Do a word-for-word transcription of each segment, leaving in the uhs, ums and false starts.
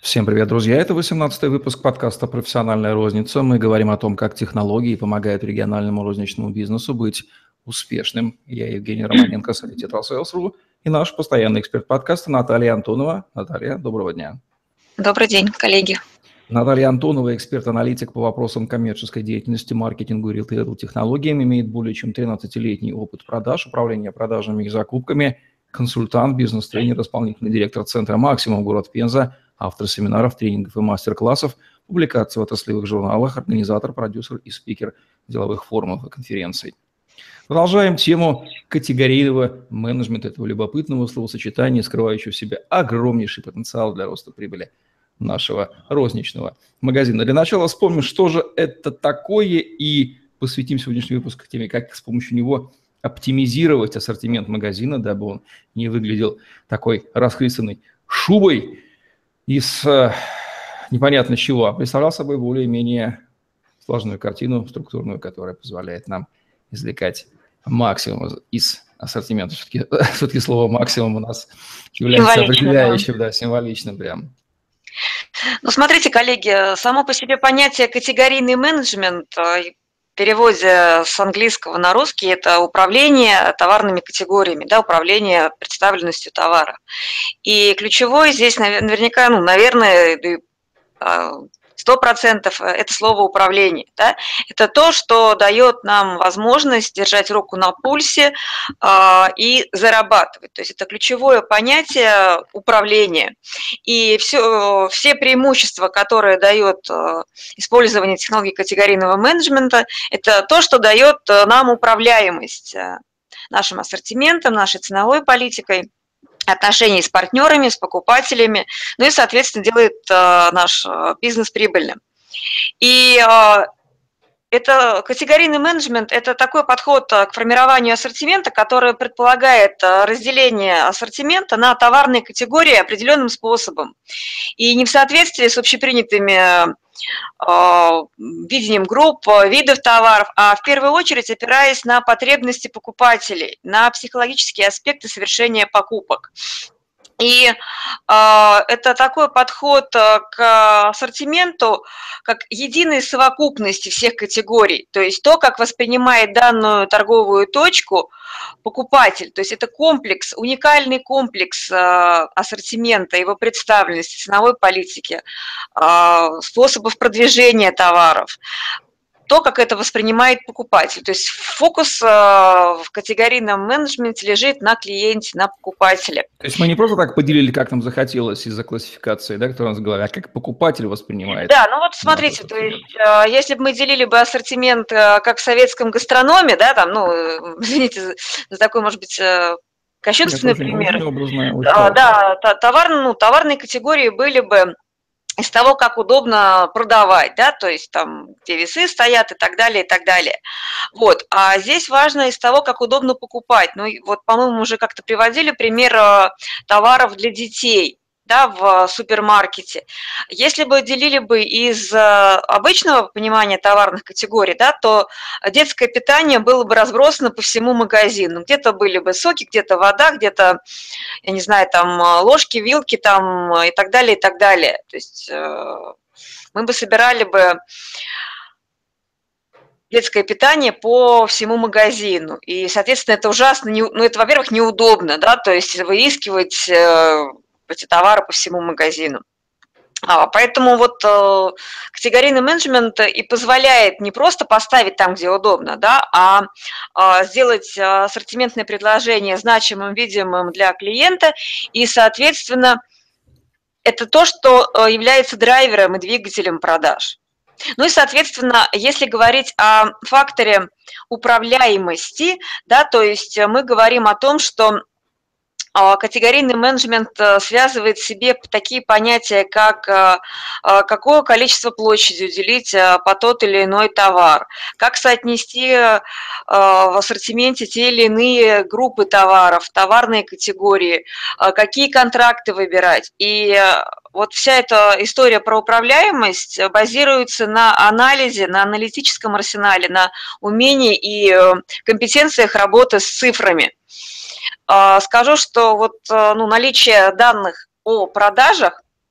Всем привет, друзья! Это восемнадцатый выпуск подкаста «Профессиональная розница». Мы говорим о том, как технологии помогают региональному розничному бизнесу быть успешным. Я Евгений Романенко, Совет Тетрасейлс.ру, и наш постоянный эксперт подкаста Наталья Антонова. Наталья, доброго дня. Добрый день, коллеги. Наталья Антонова, эксперт-аналитик по вопросам коммерческой деятельности, маркетингу и ритейл-технологиям, имеет более чем тринадцатилетний опыт продаж, управления продажами и закупками, консультант, бизнес-тренер, исполнительный директор центра «Максимум», город Пенза, автор семинаров, тренингов и мастер-классов, публикаций в отраслевых журналах, организатор, продюсер и спикер деловых форумов и конференций. Продолжаем тему категорийного менеджмента, этого любопытного словосочетания, скрывающего в себе огромнейший потенциал для роста прибыли нашего розничного магазина. Для начала вспомним, что же это такое, и посвятим сегодняшний выпуск теме, как с помощью него оптимизировать ассортимент магазина, дабы он не выглядел такой расхристанной шубой из э, непонятно чего, а представлял собой более-менее сложную картину структурную, которая позволяет нам извлекать максимум из ассортимента. Все-таки, все-таки слово «максимум» у нас является определяющим, да, символичным прям. Ну, смотрите, коллеги, само по себе понятие «категорийный менеджмент» в переводе с английского на русский – это управление товарными категориями, да, управление представленностью товара. И ключевое здесь наверняка, ну, наверное, сто процентов это слово «управление». Да? Это то, что дает нам возможность держать руку на пульсе э, и зарабатывать. То есть это ключевое понятие управления. И все, все преимущества, которые дает э, использование технологий категорийного менеджмента, это то, что дает нам управляемость нашим ассортиментом, нашей ценовой политикой, отношений с партнерами, с покупателями, ну и, соответственно, делает э, наш бизнес прибыльным. И э, это категорийный менеджмент – это такой подход к формированию ассортимента, который предполагает разделение ассортимента на товарные категории определенным способом. И не в соответствии с общепринятыми видением групп, видов товаров, а в первую очередь опираясь на потребности покупателей, на психологические аспекты совершения покупок. И э, это такой подход к ассортименту, как единой совокупности всех категорий, то есть то, как воспринимает данную торговую точку покупатель, то есть это комплекс, уникальный комплекс э, ассортимента, его представленности, ценовой политики, э, способов продвижения товаров, то, как это воспринимает покупатель. То есть фокус э, в категорийном менеджменте лежит на клиенте, на покупателе. То есть мы не просто так поделили, как нам захотелось из-за классификации, да, которая у нас в голове, а как покупатель воспринимает. Да, ну вот смотрите, то есть э, если бы мы делили бы ассортимент э, как в советском гастрономе, да, там, ну, э, извините за, за такой, может быть, э, кощунственный очень, пример. Очень образно, очень э, да, товар, ну, товарные категории были бы из того, как удобно продавать, да, то есть там, где весы стоят и так далее, и так далее. Вот, а здесь важно из того, как удобно покупать. Ну, вот, по-моему, уже как-то приводили пример товаров для детей, да, в супермаркете. Если бы делили бы из обычного понимания товарных категорий, да, то детское питание было бы разбросано по всему магазину. Где-то были бы соки, где-то вода, где-то, я не знаю, там ложки, вилки там и так далее, и так далее. То есть мы бы собирали бы детское питание по всему магазину. И, соответственно, это ужасно, не, ну, это, во-первых, неудобно, да, то есть выискивать эти товары по всему магазину. А, поэтому вот э, категорийный менеджмент и позволяет не просто поставить там, где удобно, да, а э, сделать ассортиментное предложение значимым, видимым для клиента, и, соответственно, это то, что является драйвером и двигателем продаж. Ну и, соответственно, если говорить о факторе управляемости, да, то есть мы говорим о том, что категорийный менеджмент связывает в себе такие понятия, как какое количество площади уделить по тот или иной товар, как соотнести в ассортименте те или иные группы товаров, товарные категории, какие контракты выбирать. И вот вся эта история про управляемость базируется на анализе, на аналитическом арсенале, на умении и компетенциях работы с цифрами. Скажу, что вот, ну, наличие данных о продажах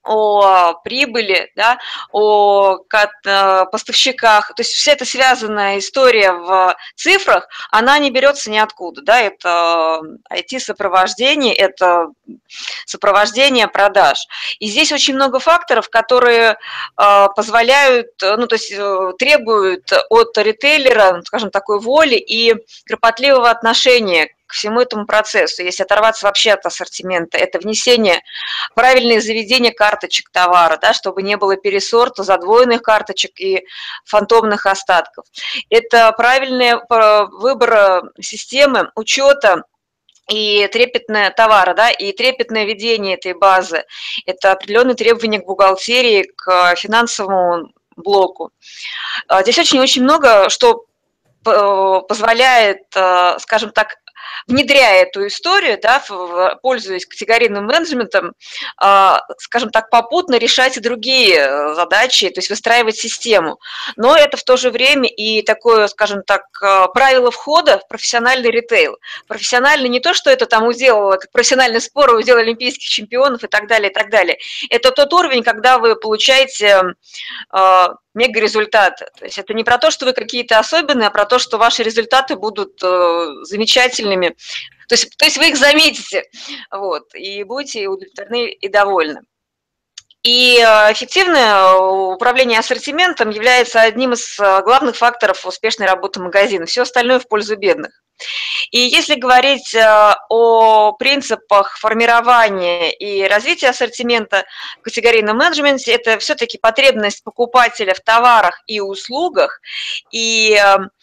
о прибыли, да, о поставщиках. То есть вся эта связанная история в цифрах, она не берется ниоткуда. Да, это ай ти-сопровождение, это сопровождение продаж. И здесь очень много факторов, которые позволяют, ну, то есть требуют от ритейлера, скажем, такой воли и кропотливого отношения к всему этому процессу. Если оторваться вообще от ассортимента, это внесение, правильное заведение карточек товара, да, чтобы не было пересорта, задвоенных карточек и фантомных остатков. Это правильный выбор системы учета и трепетное товара, да, и трепетное ведение этой базы. Это определенные требования к бухгалтерии, к финансовому блоку. Здесь очень-очень много, что позволяет, скажем так, внедряя эту историю, да, пользуясь категорийным менеджментом, скажем так, попутно решать и другие задачи, то есть выстраивать систему. Но это в то же время и такое, скажем так, правило входа в профессиональный ритейл. Профессиональный не то, что это там удел, как профессиональный спор, удел олимпийских чемпионов и так далее, и так далее. Это тот уровень, когда вы получаете мега-результаты. То есть это не про то, что вы какие-то особенные, а про то, что ваши результаты будут э, замечательными. То есть, то есть вы их заметите, вот, и будете удовлетворены и довольны. И эффективное управление ассортиментом является одним из главных факторов успешной работы магазина. Все остальное в пользу бедных. И если говорить о принципах формирования и развития ассортимента в категорийном менеджменте, это все-таки потребность покупателя в товарах и услугах. И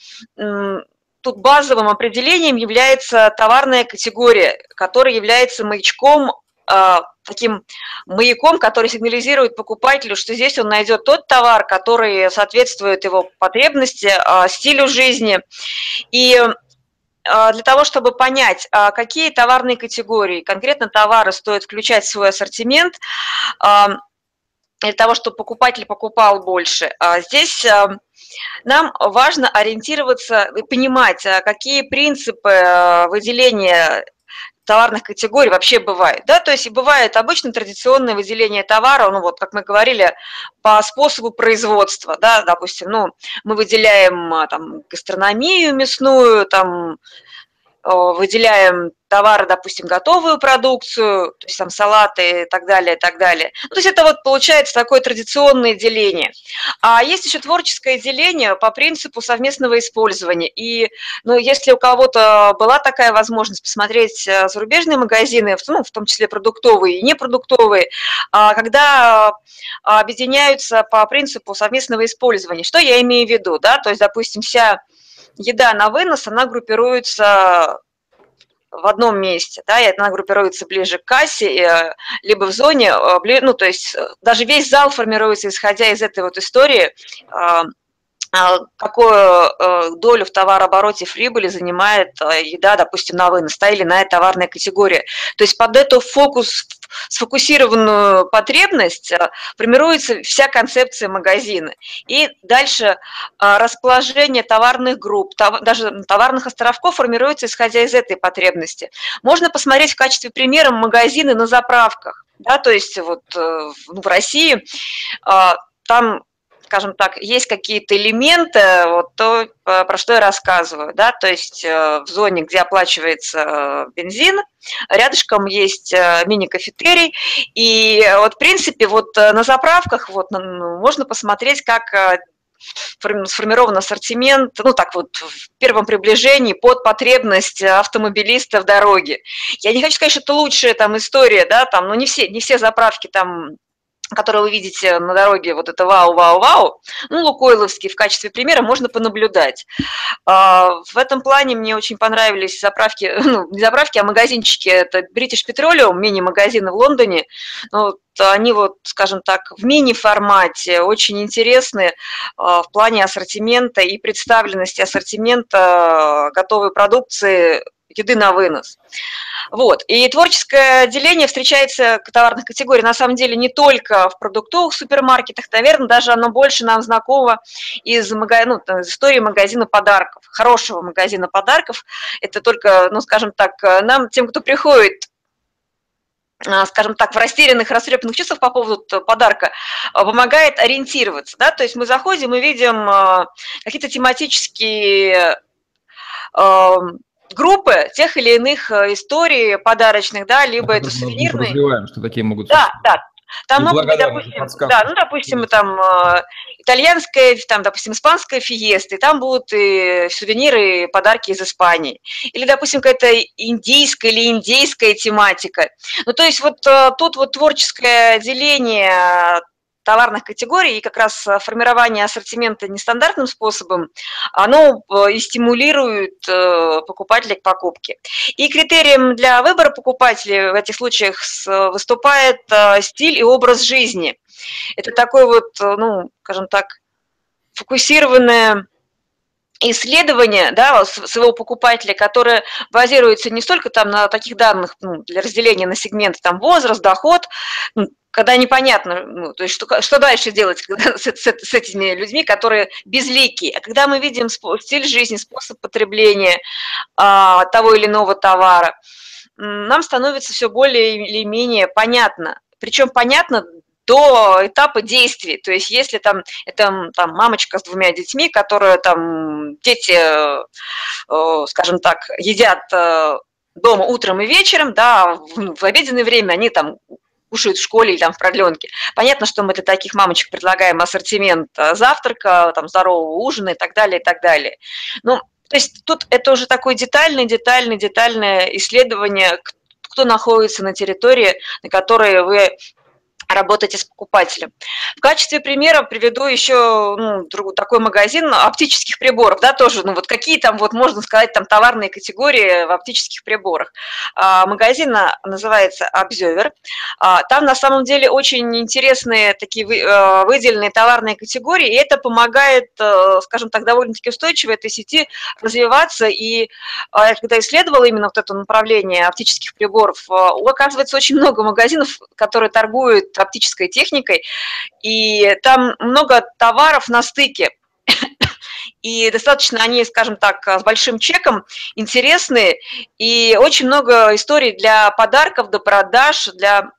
тут базовым определением является товарная категория, которая является маячком, таким маяком, который сигнализирует покупателю, что здесь он найдет тот товар, который соответствует его потребности, стилю жизни. И для того, чтобы понять, какие товарные категории, конкретно товары стоит включать в свой ассортимент, для того, чтобы покупатель покупал больше, здесь нам важно ориентироваться и понимать, какие принципы выделения товарных категорий вообще бывает, да, то есть и бывает обычно традиционное выделение товара, ну вот, как мы говорили, по способу производства, да, допустим, ну, мы выделяем там гастрономию мясную, там, выделяем товары, допустим, готовую продукцию, то есть там салаты и так далее, и так далее. Ну, то есть это вот получается такое традиционное деление. А есть еще творческое деление по принципу совместного использования. И, ну, если у кого-то была такая возможность посмотреть зарубежные магазины, ну, в том числе продуктовые и непродуктовые, когда объединяются по принципу совместного использования. Что я имею в виду, да? То есть, допустим, вся еда на вынос, она группируется в одном месте, да, и она группируется ближе к кассе, либо в зоне, ну, то есть даже весь зал формируется, исходя из этой вот истории, какую долю в товарообороте в прибыли занимает еда, допустим, на вынос, та или иная товарная категория. То есть под эту фокус, сфокусированную потребность формируется вся концепция магазина. И дальше расположение товарных групп, даже товарных островков формируется, исходя из этой потребности. Можно посмотреть в качестве примера магазины на заправках. Да, то есть вот в России там, скажем так, есть какие-то элементы, вот то, про что я рассказываю, да, то есть в зоне, где оплачивается бензин, рядышком есть мини-кафетерий, и вот, в принципе, вот на заправках вот можно посмотреть, как сформирован ассортимент, ну, так вот, в первом приближении под потребность автомобилиста в дороге. Я не хочу сказать, что это лучшая там история, да, там, но не все, не все заправки там, которые вы видите на дороге, вот это вау-вау-вау, ну, лукойловский в качестве примера можно понаблюдать. В этом плане мне очень понравились заправки, ну, не заправки, а магазинчики, это British Petroleum, мини-магазины в Лондоне, ну, они вот, скажем так, в мини-формате, очень интересны в плане ассортимента и представленности ассортимента готовой продукции, еды на вынос. Вот. И творческое деление встречается к товарных категорий на самом деле не только в продуктовых супермаркетах, наверное, даже оно больше нам знакомо из, мага... ну, из истории магазина подарков, хорошего магазина подарков. Это только, ну, скажем так, нам, тем, кто приходит скажем так, в растерянных, растрепанных чувствах по поводу подарка, помогает ориентироваться. Да? То есть мы заходим и видим какие-то тематические группы тех или иных историй подарочных, да, либо это сувенирные. Подозреваем, что такие могут Да, да. Там могут быть, допустим, да, ну, допустим, там итальянская, там, допустим, испанская фиеста, и там будут и сувениры, и подарки из Испании. Или, допустим, какая-то индийская или индейская тематика. Ну, то есть вот тут вот творческое деление товарных категорий и как раз формирование ассортимента нестандартным способом, оно и стимулирует покупателя к покупке. И критерием для выбора покупателей в этих случаях выступает стиль и образ жизни. Это такой вот, ну, скажем так, фокусированное исследование, да, своего покупателя, которое базируется не столько там на таких данных, ну, для разделения на сегменты, там возраст, доход, ну, когда непонятно, ну, то есть что, что дальше делать с, с, с этими людьми, которые безликие. А когда мы видим стиль жизни, способ потребления а, того или иного товара, нам становится все более или менее понятно. Причем понятно до этапа действий. То есть если там это там мамочка с двумя детьми, которые там дети, скажем так, едят дома утром и вечером, да, в, в обеденное время они там кушают в школе или там в продленке. Понятно, что мы для таких мамочек предлагаем ассортимент завтрака, там, здорового ужина и так далее, и так далее. Ну, то есть тут это уже такое детальное, детальное, детальное исследование, кто находится на территории, на которой вы работаете с покупателем. В качестве примера приведу еще ну, такой магазин оптических приборов, да, тоже, ну вот какие там, вот можно сказать, там товарные категории в оптических приборах. А, магазин называется Observer. А, там на самом деле очень интересные такие вы, а, выделенные товарные категории, и это помогает, а, скажем так, довольно-таки устойчиво этой сети развиваться, и а, когда исследовала именно вот это направление оптических приборов, а, оказывается очень много магазинов, которые торгуют оптической техникой, и там много товаров на стыке. И достаточно они, скажем так, с большим чеком, интересные, и очень много историй для подарков, до продаж, для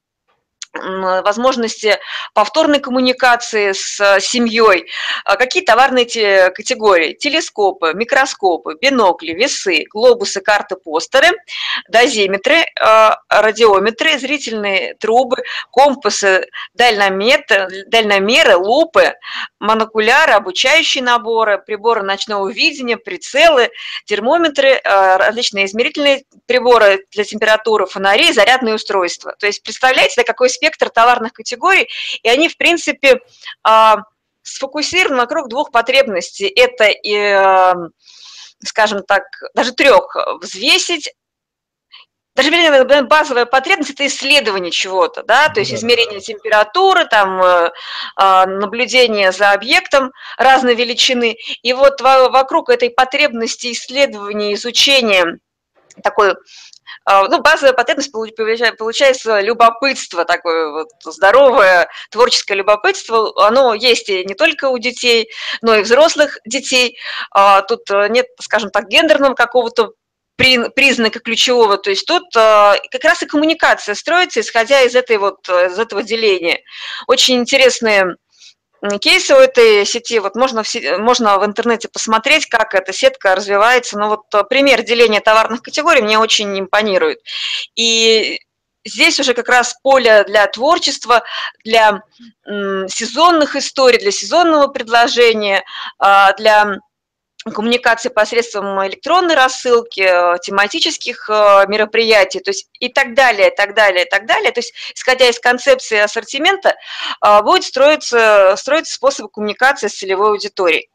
возможности повторной коммуникации с семьей. Какие товарные эти категории? Телескопы, микроскопы, бинокли, весы, глобусы, карты, постеры, дозиметры, радиометры, зрительные трубы, компасы, дальномеры, дальномеры, лупы, монокуляры, обучающие наборы, приборы ночного видения, прицелы, термометры, различные измерительные приборы для температуры, фонари, зарядные устройства. То есть представляете, да, какой спектр товарных категорий, и они, в принципе, сфокусированы вокруг двух потребностей. Это, скажем так, даже трех. Взвесить, даже базовая потребность – это исследование чего-то, да, то есть измерение температуры, там, наблюдение за объектом разной величины. И вот вокруг этой потребности исследования, изучения такой, ну, базовая потребность получается любопытство, такое вот здоровое творческое любопытство. Оно есть и не только у детей, но и взрослых детей. Тут нет, скажем так, гендерного какого-то признака ключевого. То есть тут как раз и коммуникация строится, исходя из, этой вот, из этого деления. Очень интересные кейсы у этой сети, вот можно в, можно в интернете посмотреть, как эта сетка развивается. Но вот пример деления товарных категорий мне очень импонирует. И здесь уже как раз поле для творчества, для м, сезонных историй, для сезонного предложения, для коммуникации посредством электронной рассылки, тематических мероприятий, то есть и так далее, и так далее, и так далее. То есть, исходя из концепции ассортимента, будет строиться, строиться способы коммуникации с целевой аудиторией.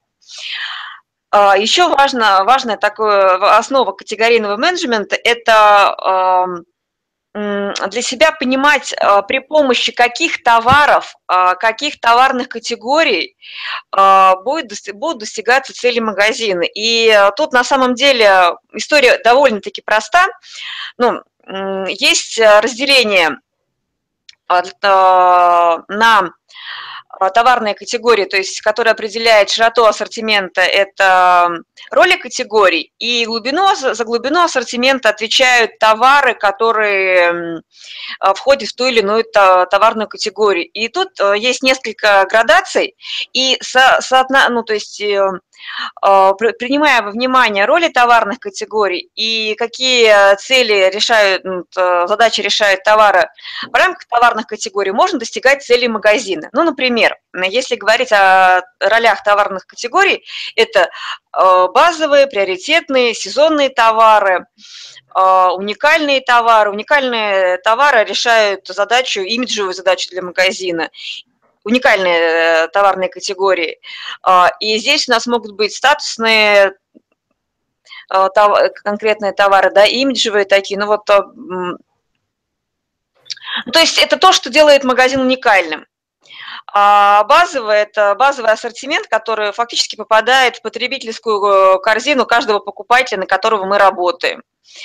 Еще важно, важная такая основа категорийного менеджмента – это для себя понимать, при помощи каких товаров, каких товарных категорий будут достигаться цели магазина. И тут на самом деле история довольно-таки проста. Ну, есть разделение на товарные категории, то есть которые определяют широту ассортимента, это роли категорий, и глубину, за глубину ассортимента отвечают товары, которые входят в ту или иную товарную категорию. И тут есть несколько градаций, и со, со, ну, то есть принимая во внимание роли товарных категорий и какие цели решают, задачи решают товары в рамках товарных категорий, можно достигать целей магазина. Ну, например, если говорить о ролях товарных категорий, это базовые, приоритетные, сезонные товары, уникальные товары. Уникальные товары решают задачу, имиджевую задачу для магазина. Уникальные товарные категории. И здесь у нас могут быть статусные конкретные товары, да, имиджевые такие. Ну вот, то есть это то, что делает магазин уникальным. А базовый – это базовый ассортимент, который фактически попадает в потребительскую корзину каждого покупателя, на которого мы работаем.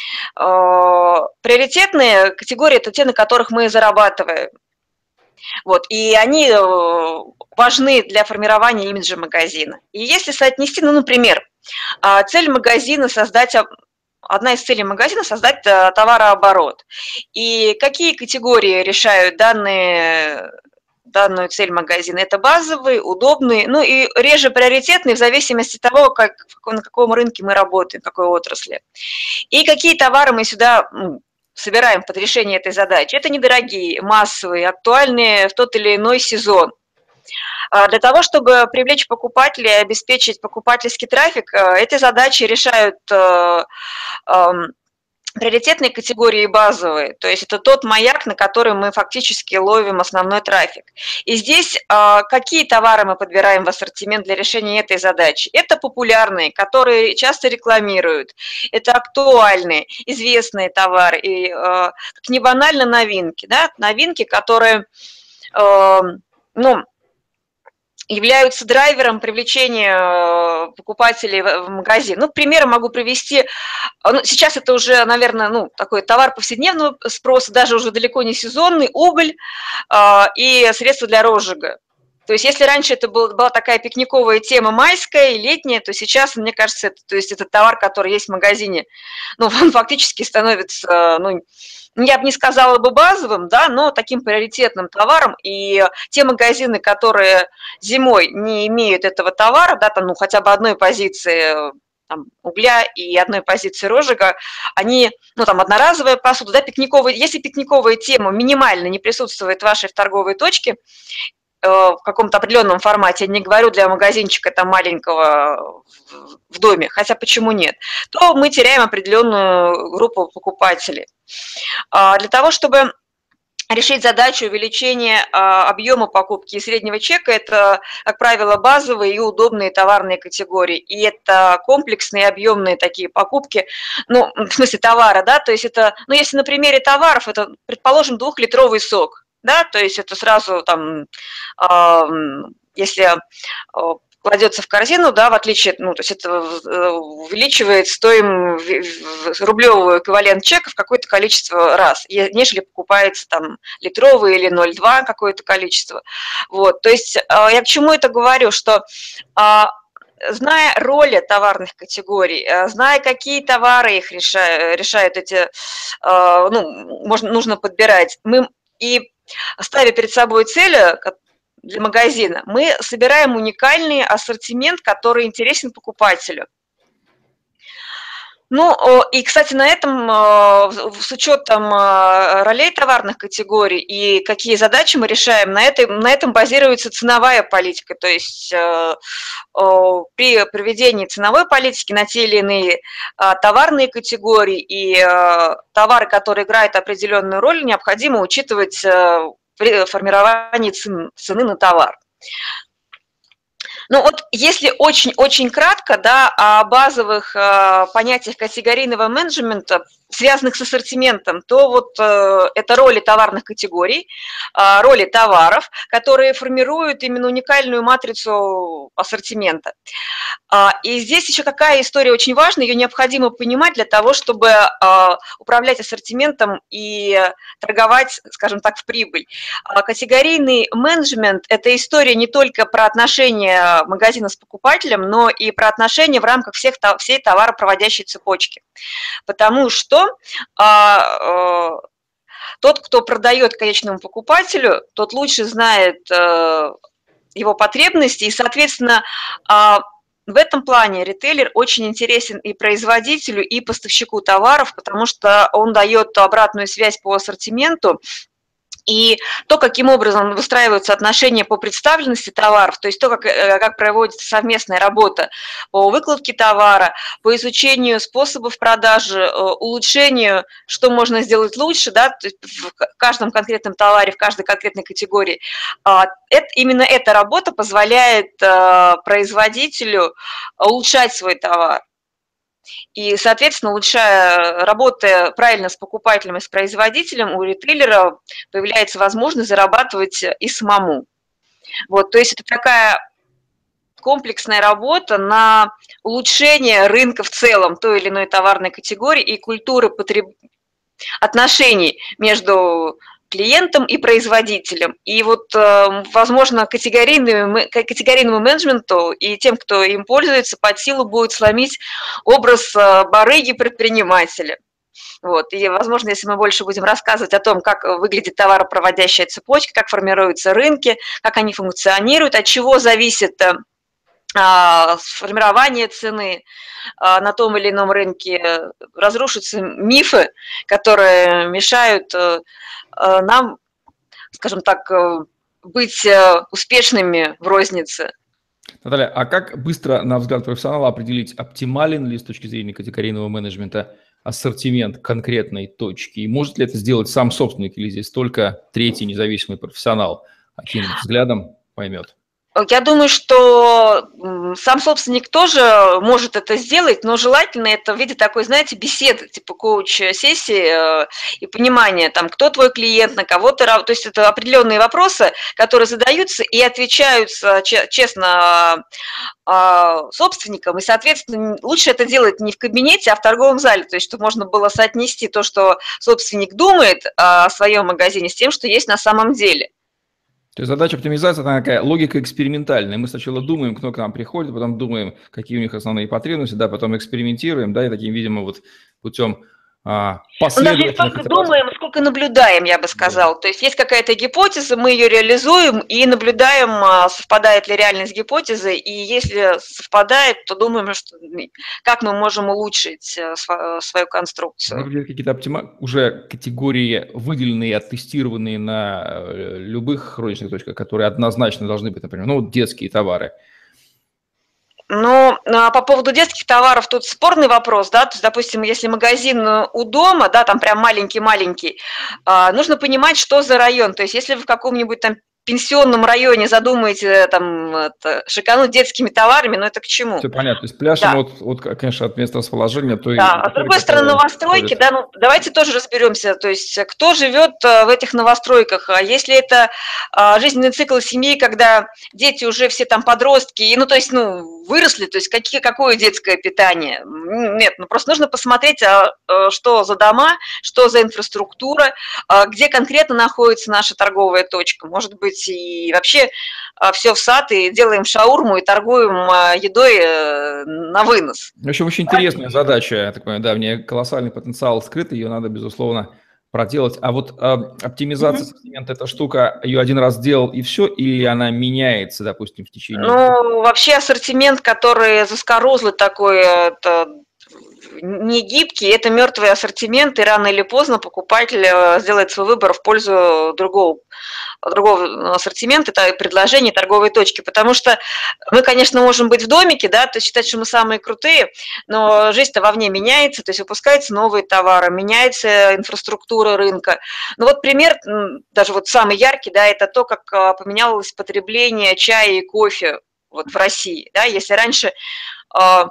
Приоритетные категории – это те, на которых мы зарабатываем. Вот, и они важны для формирования имиджа магазина. И если соотнести, ну, например, цель магазина создать, одна из целей магазина создать товарооборот. И какие категории решают данные, данную цель магазина? Это базовые, удобные, ну и реже приоритетные в зависимости от того, как, на каком рынке мы работаем, в какой отрасли. И какие товары мы сюда собираем под решение этой задачи. Это недорогие, массовые, актуальные в тот или иной сезон. Для того, чтобы привлечь покупателей и обеспечить покупательский трафик, эти задачи решают приоритетные категории и базовые, то есть это тот маяк, на который мы фактически ловим основной трафик. И здесь э, какие товары мы подбираем в ассортимент для решения этой задачи? Это популярные, которые часто рекламируют, это актуальные, известные товары, и э, как не банально новинки, да? Новинки, которые, э, ну, являются драйвером привлечения покупателей в магазин. Ну, примеры могу привести. Ну, сейчас это уже, наверное, ну, такой товар повседневного спроса, даже уже далеко не сезонный, уголь э, и средства для розжига. То есть если раньше это был, была такая пикниковая тема майская и летняя, то сейчас, мне кажется, это, то есть это товар, который есть в магазине, ну, он фактически становится, ну, я бы не сказала бы базовым, да, но таким приоритетным товаром. И те магазины, которые зимой не имеют этого товара, да, там, ну, хотя бы одной позиции там, угля и одной позиции розжига, они, ну, там, одноразовая посуда, да, пикниковая, если пикниковая тема минимально не присутствует в вашей в торговой точке, в каком-то определенном формате, я не говорю для магазинчика там маленького в доме, хотя почему нет, то мы теряем определенную группу покупателей. Для того, чтобы решить задачу увеличения объема покупки и среднего чека, это, как правило, базовые и удобные товарные категории. И это комплексные, объемные такие покупки, ну, в смысле товара, да, то есть это, ну, если на примере товаров, это, предположим, двухлитровый сок, да, то есть это сразу там, если кладется в корзину, да, в отличие, ну, то есть это увеличивает стоимость рублевого эквивалент чека в какое-то количество раз, нежели покупается там литровый или ноль целых два какое-то количество. Вот, то есть я к чему это говорю, что зная роли товарных категорий, зная, какие товары их решают, решают эти, ну, можно, нужно подбирать, мы и ставя перед собой цели для магазина, мы собираем уникальный ассортимент, который интересен покупателю. Ну, и, кстати, на этом, с учетом ролей товарных категорий и какие задачи мы решаем, на этом, на этом базируется ценовая политика. То есть при проведении ценовой политики на те или иные товарные категории и товары, которые играют определенную роль, необходимо учитывать при формировании цены на товар. Ну вот если очень-очень кратко, да, о базовых э, понятиях категорийного менеджмента, связанных с ассортиментом, то вот э, это роли товарных категорий, э, роли товаров, которые формируют именно уникальную матрицу ассортимента. А, и здесь еще какая история очень важна, ее необходимо понимать для того, чтобы а, управлять ассортиментом и торговать, скажем так, в прибыль. А, категорийный менеджмент – это история не только про отношения магазина с покупателем, но и про отношения в рамках всех, всей товаропроводящей цепочки. Потому что а, а, тот, кто продает конечному покупателю, тот лучше знает а, его потребности, и, соответственно, а, в этом плане ритейлер очень интересен и производителю, и поставщику товаров, потому что он дает обратную связь по ассортименту, и то, каким образом выстраиваются отношения по представленности товаров, то есть то, как, как проводится совместная работа по выкладке товара, по изучению способов продажи, улучшению, что можно сделать лучше, да, то есть в каждом конкретном товаре, в каждой конкретной категории. Это, именно эта работа позволяет производителю улучшать свой товар. И, соответственно, улучшая, работая правильно с покупателем и с производителем, у ритейлера появляется возможность зарабатывать и самому. Вот, то есть это такая комплексная работа на улучшение рынка в целом той или иной товарной категории и культуры потреб... отношений между клиентом и производителем. И вот, возможно, категорийному, категорийному менеджменту и тем, кто им пользуется, под силу будет сломить образ барыги-предпринимателя. Вот. И, возможно, если мы больше будем рассказывать о том, как выглядит товаропроводящая цепочка, как формируются рынки, как они функционируют, от чего зависит формирование цены на том или ином рынке, разрушатся мифы, которые мешают нам, скажем так, быть успешными в рознице. Наталья, а как быстро, на взгляд профессионала, определить, оптимален ли с точки зрения категорийного менеджмента ассортимент конкретной точки? И может ли это сделать сам собственник, или здесь только третий независимый профессионал, окинув взглядом, поймет? Я думаю, что сам собственник тоже может это сделать, но желательно это в виде такой, знаете, беседы, типа коуч-сессии и понимания, там, кто твой клиент, на кого ты работаешь. То есть это определенные вопросы, которые задаются и отвечаются честно собственникам. И, соответственно, лучше это делать не в кабинете, а в торговом зале. То есть чтобы можно было соотнести то, что собственник думает о своем магазине, с тем, что есть на самом деле. То есть задача оптимизации – это такая логика экспериментальная. Мы сначала думаем, кто к нам приходит, потом думаем, какие у них основные потребности, да, потом экспериментируем, да, и таким, видимо, вот путем а, последовательных… Мы даже не столько думаем, сколько наблюдаем, я бы сказала. Да. То есть есть какая-то гипотеза, мы ее реализуем и наблюдаем, совпадает ли реальность гипотезы, и если совпадает, то думаем, что, как мы можем улучшить свою конструкцию. Ну, какие-то оптима... уже категории, выделенные, оттестированные на любых розничных точках, которые однозначно должны быть, например, ну, детские товары. Ну, по поводу детских товаров тут спорный вопрос, да, то есть, допустим, если магазин у дома, да, там прям маленький-маленький, нужно понимать, что за район, то есть если вы в каком-нибудь там пенсионном районе задумаете там это, шикануть детскими товарами, но это к чему? Все понятно, то есть пляшем да. от, от, конечно, от места расположения. То да, а с другой стороны, новостройки, да, ну, давайте тоже разберемся, то есть кто живет в этих новостройках, а если это а, жизненный цикл семьи, когда дети уже все там подростки, и, ну, то есть, ну, выросли, то есть какие, какое детское питание? Нет, ну, просто нужно посмотреть, а, а, что за дома, что за инфраструктура, а, где конкретно находится наша торговая точка, может быть, и вообще все в сад, и делаем шаурму, и торгуем едой на вынос. В общем, очень интересная задача, я так понимаю, да, в ней колоссальный потенциал скрыт, ее надо, безусловно, проделать. А вот э, оптимизация mm-hmm. ассортимента, эта штука, ее один раз сделал и все, или она меняется, допустим, в течение… Ну, вообще ассортимент, который заскорузлый такой, это… не гибкий, это мертвый ассортимент, и рано или поздно покупатель сделает свой выбор в пользу другого, другого ассортимента, это предложение торговой точки, потому что мы, конечно, можем быть в домике, да, то есть считать, что мы самые крутые, но жизнь-то вовне меняется, то есть выпускаются новые товары, меняется инфраструктура рынка. Ну вот пример, даже вот самый яркий, да, это то, как поменялось потребление чая и кофе вот в России, да, если раньше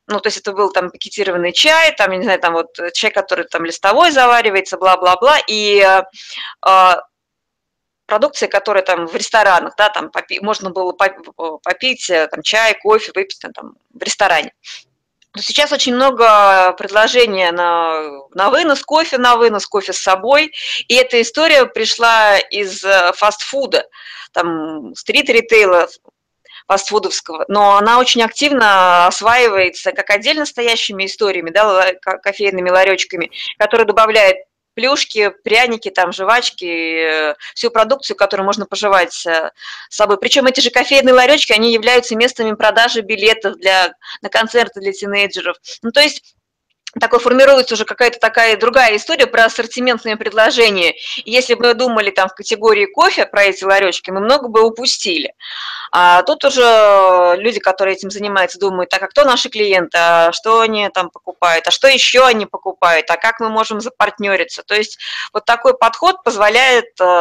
ну, то есть это был там пакетированный чай, там, я не знаю, там вот чай, который там листовой заваривается, бла-бла-бла, и э, продукция, которая там в ресторанах, да, там попи- можно было попить там чай, кофе, выпить там, там в ресторане. Но сейчас очень много предложений на, на вынос, кофе на вынос, кофе с собой, и эта история пришла из фастфуда, там, стрит-ритейла, фастфудовского, но она очень активно осваивается как отдельно стоящими историями, да, кофейными ларечками, которые добавляют плюшки, пряники, там, жвачки, всю продукцию, которую можно пожевать с собой. Причем эти же кофейные ларечки, они являются местами продажи билетов для, на концерты для тинейджеров. Ну, то есть такой формируется уже какая-то такая другая история про ассортиментные предложения. И если бы мы думали там в категории кофе про эти ларечки, мы много бы упустили. А тут уже люди, которые этим занимаются, думают, так, а кто наши клиенты, а что они там покупают, а что еще они покупают, а как мы можем запартнериться. То есть вот такой подход позволяет...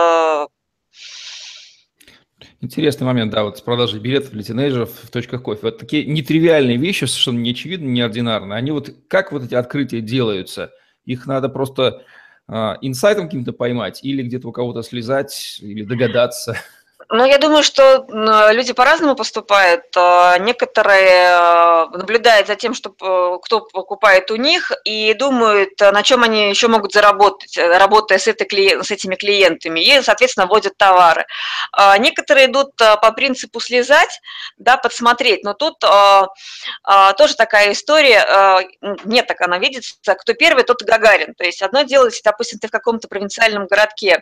Интересный момент, да, вот с продажей билетов для тинейджеров в точках кофе. Вот такие нетривиальные вещи, совершенно неочевидные, неординарные. Они вот, как вот эти открытия делаются? Их надо просто э, инсайтом каким-то поймать или где-то у кого-то слезать, или догадаться? Ну, я думаю, что люди по-разному поступают. Некоторые наблюдают за тем, что, кто покупает у них, и думают, на чем они еще могут заработать, работая с, этой, с этими клиентами, и, соответственно, вводят товары. Некоторые идут по принципу слезать, да, подсмотреть, но тут тоже такая история, нет, так она видится, кто первый, тот и Гагарин. То есть одно дело, если, допустим, ты в каком-то провинциальном городке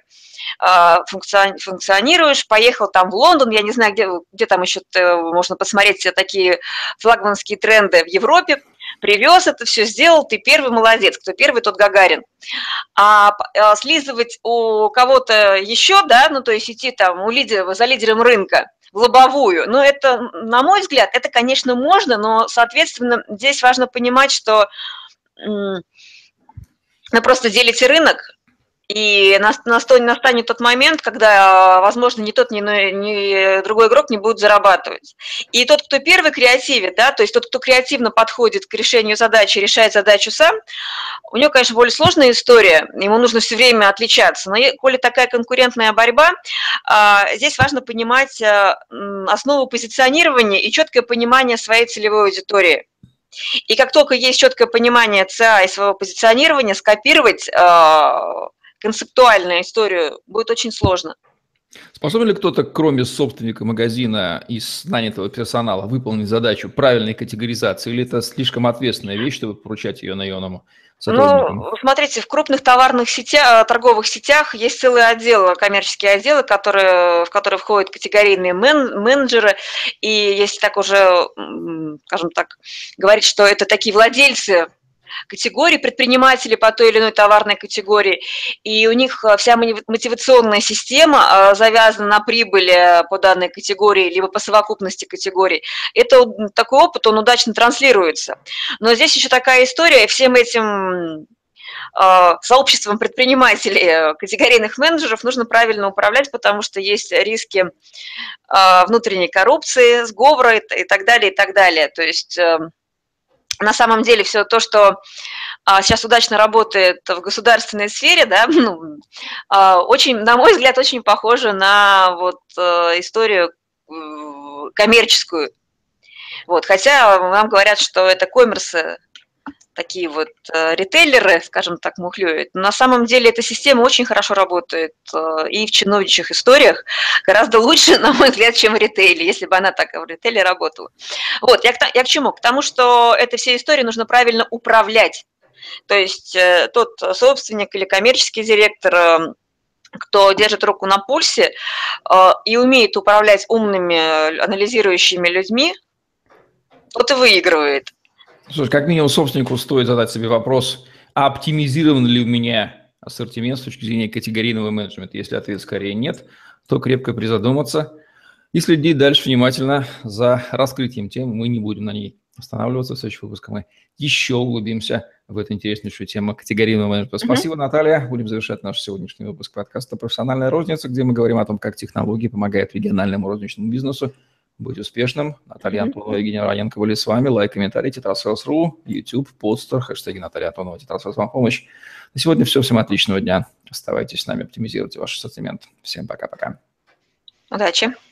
функционируешь, поехал там в Лондон, я не знаю, где, где там еще можно посмотреть все такие флагманские тренды в Европе, привез это все, сделал, ты первый молодец, кто первый, тот Гагарин. А, а слизывать у кого-то еще, да, ну то есть идти там у лидера, за лидером рынка в лобовую, ну это, на мой взгляд, это, конечно, можно, но, соответственно, здесь важно понимать, что м- вы просто делите рынок, и настанет тот момент, когда, возможно, ни тот, ни, ни другой игрок не будет зарабатывать. И тот, кто первый креативит, да, то есть тот, кто креативно подходит к решению задачи, решает задачу сам, у него, конечно, более сложная история, ему нужно все время отличаться. Но коли такая конкурентная борьба, здесь важно понимать основу позиционирования и четкое понимание своей целевой аудитории. И как только есть четкое понимание ЦА и своего позиционирования, скопировать концептуальную историю будет очень сложно. Способен ли кто-то, кроме собственника магазина и нанятого персонала, выполнить задачу правильной категоризации, или это слишком ответственная вещь, чтобы поручать ее наемному сотруднику? Ну, смотрите, в крупных товарных сетях, торговых сетях есть целые отделы, коммерческие отделы, которые, в которые входят категорийные мен, менеджеры, и если так уже, скажем так, говорить, что это такие владельцы категорий, предприниматели по той или иной товарной категории, и у них вся мотивационная система завязана на прибыли по данной категории, либо по совокупности категорий. Это такой опыт, он удачно транслируется. Но здесь еще такая история, всем этим сообществом предпринимателей, категорийных менеджеров нужно правильно управлять, потому что есть риски внутренней коррупции, сговора и так далее, и так далее. То есть на самом деле все то, что а, сейчас удачно работает в государственной сфере, да, ну, а, очень, на мой взгляд, очень похоже на вот, а, историю а, коммерческую. Вот, хотя нам говорят, что это коммерсы, такие вот а, ритейлеры, скажем так, мухлюют. Но на самом деле эта система очень хорошо работает а, и в чиновничьих историях, гораздо лучше, на мой взгляд, чем в ритейле, если бы она так в ритейле работала. Вот, я к, я к чему? К тому, что этой всей историей нужно правильно управлять. То есть э, тот собственник или коммерческий директор, э, кто держит руку на пульсе э, и умеет управлять умными, анализирующими людьми, тот и выигрывает. Слушай, как минимум собственнику стоит задать себе вопрос, а оптимизирован ли у меня ассортимент с точки зрения категорийного менеджмента? Если ответ скорее нет, то крепко призадуматься и следить дальше внимательно за раскрытием темы. Мы не будем на ней останавливаться. В следующих выпусках мы еще углубимся в эту интереснейшую тему категорийного менеджмента. Mm-hmm. Спасибо, Наталья. Будем завершать наш сегодняшний выпуск подкаста «Профессиональная розница», где мы говорим о том, как технологии помогают региональному розничному бизнесу быть успешным. Наталья mm-hmm. Антонова и Евгения Раненко были с вами. Лайк, комментарий, Тетрасселс точка ру, YouTube, подстер, хэштеги Наталья Антонова, Тетрасселс вам помощь. На сегодня все. Всем отличного дня. Оставайтесь с нами, оптимизируйте ваш ассортимент. Всем пока-пока. Удачи.